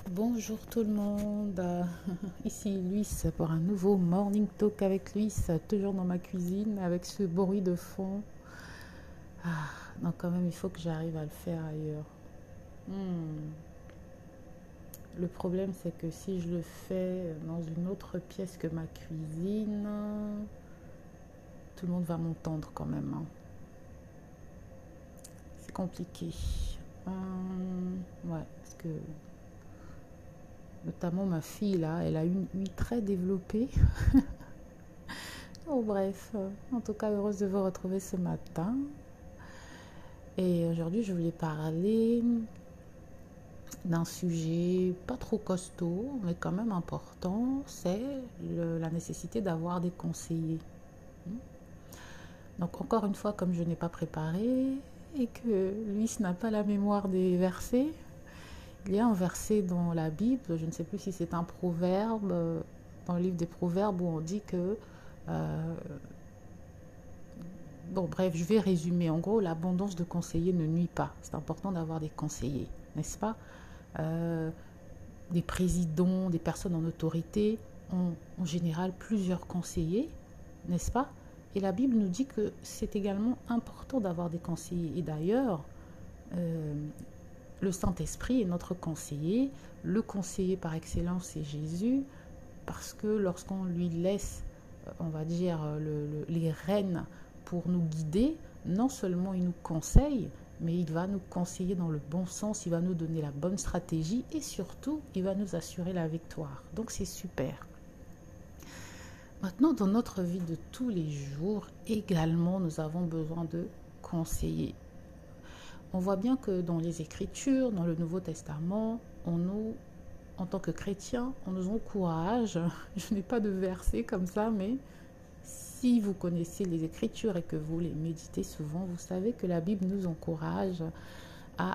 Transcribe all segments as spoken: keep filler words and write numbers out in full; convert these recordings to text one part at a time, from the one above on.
Bonjour tout le monde, euh, ici Luis pour un nouveau Morning Talk avec Luis, toujours dans ma cuisine avec ce bruit de fond. Ah, non quand même il faut que j'arrive à le faire ailleurs. Hmm. Le problème c'est que si je le fais dans une autre pièce que ma cuisine, tout le monde va m'entendre quand même, hein. C'est compliqué. Hum, ouais, parce que notamment ma fille là, elle a une ouïe très développée. Oh bref, euh, en tout cas heureuse de vous retrouver ce matin. Et aujourd'hui je voulais parler d'un sujet pas trop costaud, mais quand même important, c'est le- la nécessité d'avoir des conseillers. Donc encore une fois, comme je n'ai pas préparé et que Luis n'a pas la mémoire des versets, il y a un verset dans la Bible, je ne sais plus si c'est un proverbe, euh, dans le livre des proverbes où on dit que euh, bon, bref, je vais résumer. En gros, l'abondance de conseillers ne nuit pas. C'est important d'avoir des conseillers, n'est-ce pas? Euh, Des présidents, des personnes en autorité ont en général plusieurs conseillers, n'est-ce pas? Et la Bible nous dit que c'est également important d'avoir des conseillers. Et d'ailleurs, euh, le Saint-Esprit est notre conseiller. Le conseiller par excellence, c'est Jésus, parce que lorsqu'on lui laisse, on va dire, le- le- les rênes pour nous guider, non seulement il nous conseille, mais il va nous conseiller dans le bon sens, il va nous donner la bonne stratégie et surtout, il va nous assurer la victoire. Donc c'est super. Maintenant, dans notre vie de tous les jours, également, nous avons besoin de conseillers. On voit bien que dans les Écritures, dans le Nouveau Testament, on nous, en tant que chrétiens, on nous encourage, je n'ai pas de verset comme ça, mais si vous connaissez les Écritures et que vous les méditez souvent, vous savez que la Bible nous encourage à,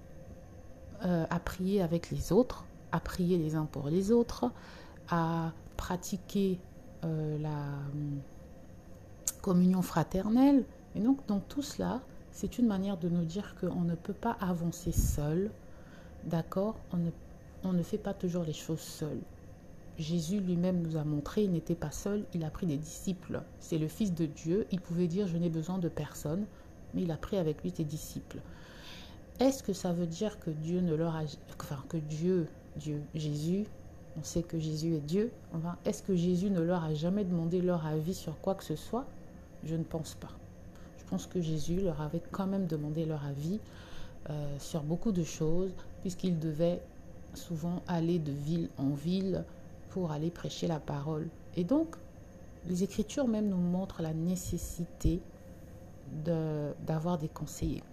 euh, à prier avec les autres, à prier les uns pour les autres, à pratiquer euh, la euh, communion fraternelle. Et donc, dans tout cela, c'est une manière de nous dire qu'on ne peut pas avancer seul, d'accord? On ne, on ne fait pas toujours les choses seul. Jésus lui-même nous a montré, il n'était pas seul, il a pris des disciples. C'est le Fils de Dieu, il pouvait dire je n'ai besoin de personne, mais il a pris avec lui ses disciples. Est-ce que ça veut dire que Dieu ne leur a, enfin que Dieu, Dieu, Jésus, on sait que Jésus est Dieu, enfin, est-ce que Jésus ne leur a jamais demandé leur avis sur quoi que ce soit? Je ne pense pas. Je pense que Jésus leur avait quand même demandé leur avis euh, sur beaucoup de choses, puisqu'il devait souvent aller de ville en ville pour aller prêcher la parole. Et donc, les Écritures même nous montrent la nécessité de, d'avoir des conseillers.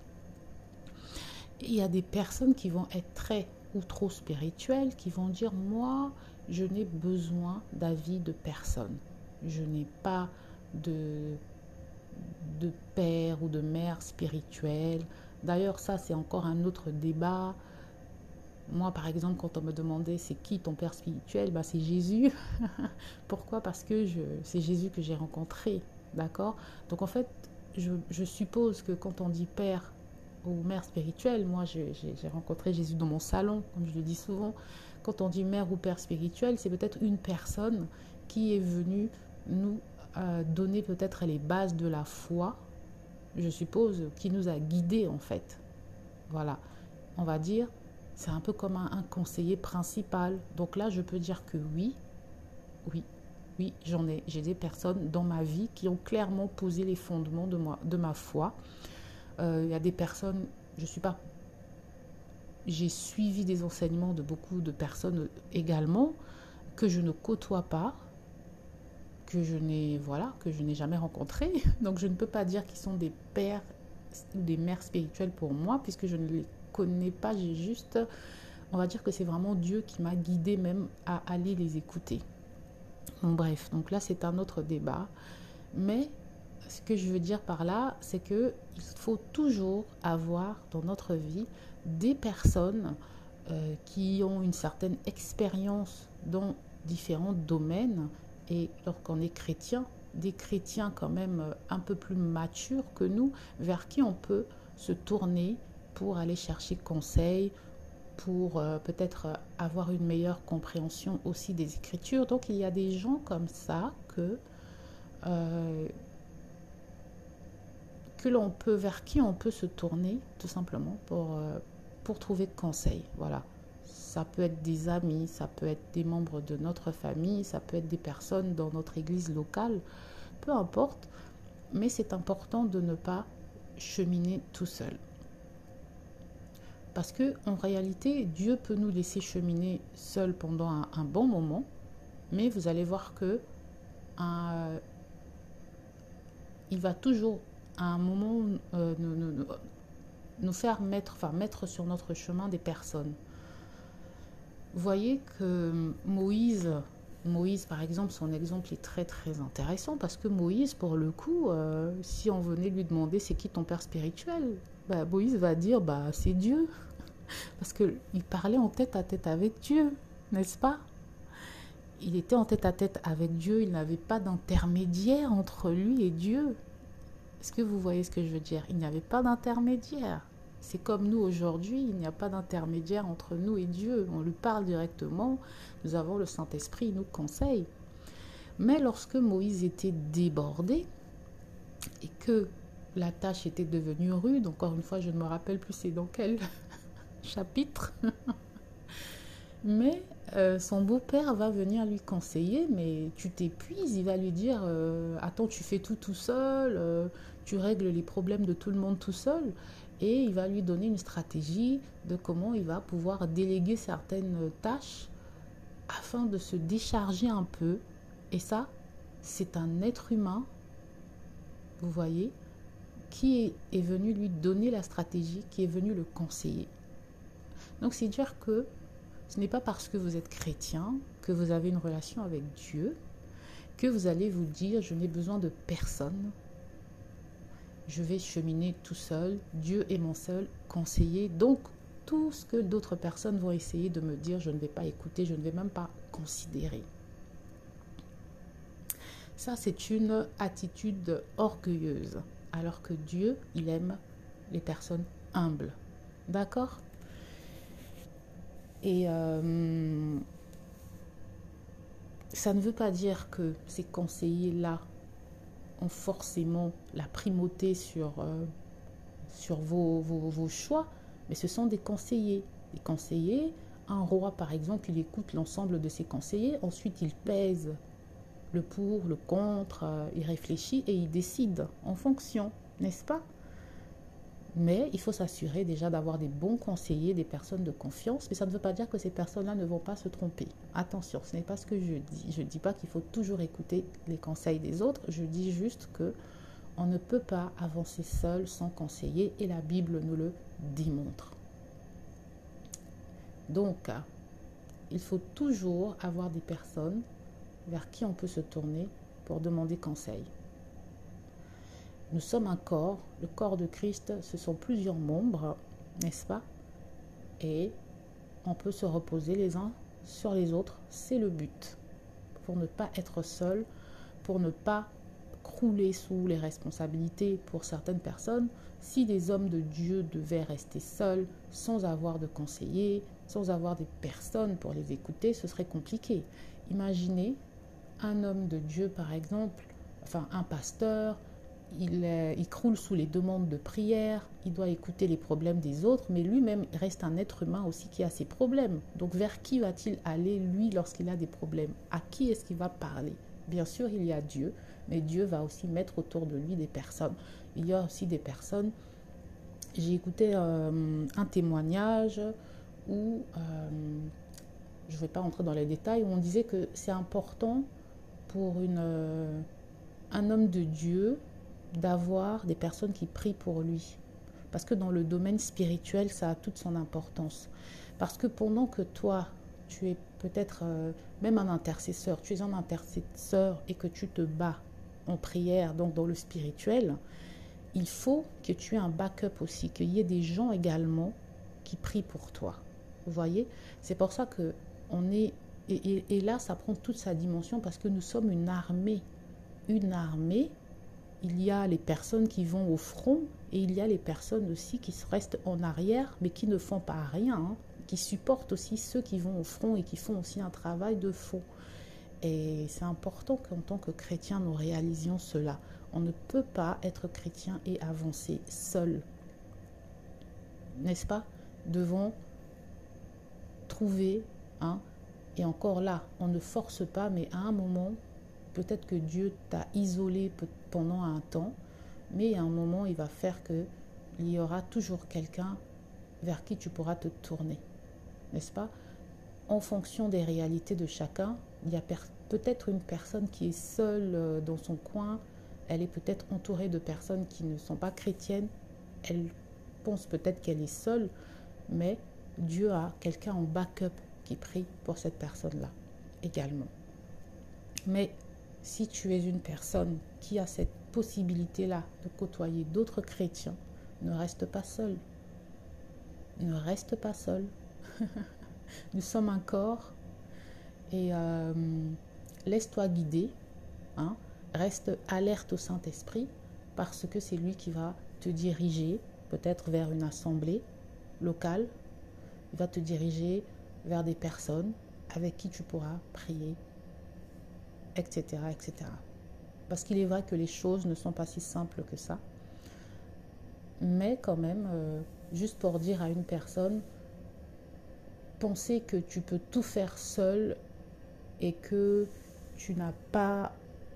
Et il y a des personnes qui vont être très ou trop spirituelles, qui vont dire, moi, je n'ai besoin d'avis de personne. Je n'ai pas de, de père ou de mère spirituelle. D'ailleurs, ça, c'est encore un autre débat. Moi, par exemple, quand on me demandait c'est qui ton père spirituel, bah, c'est Jésus. Pourquoi? Parce que je, c'est Jésus que j'ai rencontré. D'accord? Donc, en fait, je, je suppose que quand on dit père ou mère spirituelle, moi, j'ai, j'ai rencontré Jésus dans mon salon, comme je le dis souvent. Quand on dit mère ou père spirituel, c'est peut-être une personne qui est venue nous euh, donner peut-être les bases de la foi, je suppose, qui nous a guidés en fait. Voilà, on va dire, c'est un peu comme un, un conseiller principal. Donc là, je peux dire que oui, oui, oui, j'en ai. J'ai des personnes dans ma vie qui ont clairement posé les fondements de, moi, de ma foi. Euh, Il y a des personnes, je suis pas, j'ai suivi des enseignements de beaucoup de personnes également que je ne côtoie pas, que je n'ai voilà, que je n'ai jamais rencontré. Donc je ne peux pas dire qu'ils sont des pères ou des mères spirituelles pour moi puisque je ne les connais pas. J'ai juste, on va dire que c'est vraiment Dieu qui m'a guidée même à aller les écouter. Bon, bref, donc là c'est un autre débat. Mais ce que je veux dire par là, c'est que il faut toujours avoir dans notre vie des personnes euh, qui ont une certaine expérience dans différents domaines. Et lorsqu'on est chrétien, des chrétiens quand même euh, un peu plus matures que nous, vers qui on peut se tourner pour aller chercher conseil, pour euh, peut-être euh, avoir une meilleure compréhension aussi des Écritures. Donc il y a des gens comme ça que, euh, que l'on peut, vers qui on peut se tourner tout simplement pour, euh, pour trouver conseil. Voilà. Ça peut être des amis, ça peut être des membres de notre famille, ça peut être des personnes dans notre église locale, peu importe. Mais c'est important de ne pas cheminer tout seul. Parce que en réalité, Dieu peut nous laisser cheminer seul pendant un, un bon moment, mais vous allez voir que un, il va toujours à un moment euh, nous, nous, nous faire mettre, enfin mettre sur notre chemin des personnes. Vous voyez que Moïse, Moïse par exemple, son exemple est très très intéressant parce que Moïse, pour le coup, euh, si on venait lui demander c'est qui ton père spirituel, bah, Moïse va dire bah c'est Dieu. Parce qu'il parlait en tête à tête avec Dieu, n'est-ce pas? Il était en tête à tête avec Dieu, il n'avait pas d'intermédiaire entre lui et Dieu. Est-ce que vous voyez ce que je veux dire? Il n'y avait pas d'intermédiaire. C'est comme nous aujourd'hui, il n'y a pas d'intermédiaire entre nous et Dieu. On lui parle directement, nous avons le Saint-Esprit, il nous conseille. Mais lorsque Moïse était débordé et que la tâche était devenue rude, encore une fois, je ne me rappelle plus c'est dans quel chapitre, mais euh, son beau-père va venir lui conseiller, mais tu t'épuises, il va lui dire euh, attends, tu fais tout tout seul, euh, tu règles les problèmes de tout le monde tout seul, et il va lui donner une stratégie de comment il va pouvoir déléguer certaines tâches afin de se décharger un peu. Et ça, c'est un être humain, vous voyez, qui est, est venu lui donner la stratégie, qui est venu le conseiller. Donc c'est dire que ce n'est pas parce que vous êtes chrétien, que vous avez une relation avec Dieu, que vous allez vous dire je n'ai besoin de personne, je vais cheminer tout seul, Dieu est mon seul conseiller. Donc tout ce que d'autres personnes vont essayer de me dire, je ne vais pas écouter, je ne vais même pas considérer. Ça, c'est une attitude orgueilleuse, alors que Dieu, il aime les personnes humbles. D'accord ? Et euh, ça ne veut pas dire que ces conseillers-là ont forcément la primauté sur, euh, sur vos, vos, vos choix, mais ce sont des conseillers. Des conseillers, un roi par exemple, il écoute l'ensemble de ses conseillers, ensuite il pèse le pour, le contre, euh, il réfléchit et il décide en fonction, n'est-ce pas? Mais il faut s'assurer déjà d'avoir des bons conseillers, des personnes de confiance. Mais ça ne veut pas dire que ces personnes-là ne vont pas se tromper. Attention, ce n'est pas ce que je dis. Je ne dis pas qu'il faut toujours écouter les conseils des autres. Je dis juste que on ne peut pas avancer seul sans conseiller et la Bible nous le démontre. Donc, il faut toujours avoir des personnes vers qui on peut se tourner pour demander conseil. Nous sommes un corps, le corps de Christ, ce sont plusieurs membres, n'est-ce pas? Et on peut se reposer les uns sur les autres, c'est le but. Pour ne pas être seul, pour ne pas crouler sous les responsabilités pour certaines personnes. Si des hommes de Dieu devaient rester seuls, sans avoir de conseillers, sans avoir des personnes pour les écouter, ce serait compliqué. Imaginez un homme de Dieu, par exemple, enfin un pasteur, Il, euh, il croule sous les demandes de prière, il doit écouter les problèmes des autres, mais lui-même reste un être humain aussi qui a ses problèmes. Donc vers qui va-t-il aller, lui, lorsqu'il a des problèmes? À qui est-ce qu'il va parler? Bien sûr, il y a Dieu, mais Dieu va aussi mettre autour de lui des personnes. Il y a aussi des personnes... J'ai écouté euh, un témoignage où, euh, je ne vais pas rentrer dans les détails, où on disait que c'est important pour une, euh, un homme de Dieu d'avoir des personnes qui prient pour lui. Parce que dans le domaine spirituel, ça a toute son importance. Parce que pendant que toi, tu es peut-être euh, même un intercesseur, tu es un intercesseur et que tu te bats en prière, donc dans le spirituel, il faut que tu aies un backup aussi, qu'il y ait des gens également qui prient pour toi. Vous voyez? C'est pour ça que on est... Et, et, et là, ça prend toute sa dimension parce que nous sommes une armée. Une armée. Il y a les personnes qui vont au front et il y a les personnes aussi qui restent en arrière mais qui ne font pas rien, hein, qui supporte aussi ceux qui vont au front et qui font aussi un travail de fond. Et c'est important qu'en tant que chrétien, nous réalisions cela. On ne peut pas être chrétien et avancer seul. N'est-ce pas? Devons trouver, hein, et encore là, on ne force pas, mais à un moment, peut-être que Dieu t'a isolé pendant un temps, mais à un moment, il va faire que il y aura toujours quelqu'un vers qui tu pourras te tourner. N'est-ce pas? En fonction des réalités de chacun, il y a peut-être une personne qui est seule dans son coin, elle est peut-être entourée de personnes qui ne sont pas chrétiennes, elle pense peut-être qu'elle est seule, mais Dieu a quelqu'un en backup qui prie pour cette personne-là également. Mais si tu es une personne qui a cette possibilité-là de côtoyer d'autres chrétiens, ne reste pas seul. Ne reste pas seul. Nous sommes un corps et euh, laisse-toi guider. Hein, reste alerte au Saint-Esprit parce que c'est lui qui va te diriger peut-être vers une assemblée locale. Il va te diriger vers des personnes avec qui tu pourras prier, et cetera, et cetera. Parce qu'il est vrai que les choses ne sont pas si simples que ça. Mais quand même, euh, juste pour dire à une personne, penser que tu peux tout faire seul et que tu n'as pas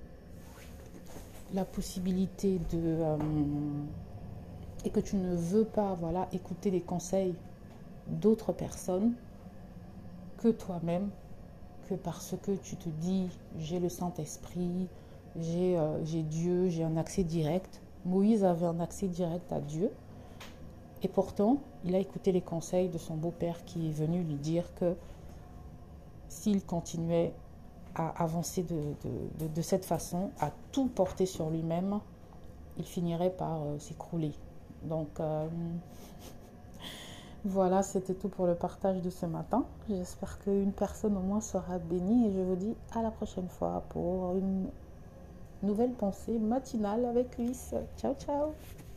la possibilité de... Euh, et que tu ne veux pas, voilà, écouter les conseils d'autres personnes que toi-même, que parce que tu te dis j'ai le Saint-Esprit, j'ai euh, j'ai Dieu, j'ai un accès direct. Moïse avait un accès direct à Dieu et pourtant il a écouté les conseils de son beau-père qui est venu lui dire que s'il continuait à avancer de, de, de, de cette façon, à tout porter sur lui-même, il finirait par euh, s'écrouler. Donc euh, voilà, c'était tout pour le partage de ce matin. J'espère qu'une personne au moins sera bénie et je vous dis à la prochaine fois pour une nouvelle pensée matinale avec Luis. Ciao, ciao!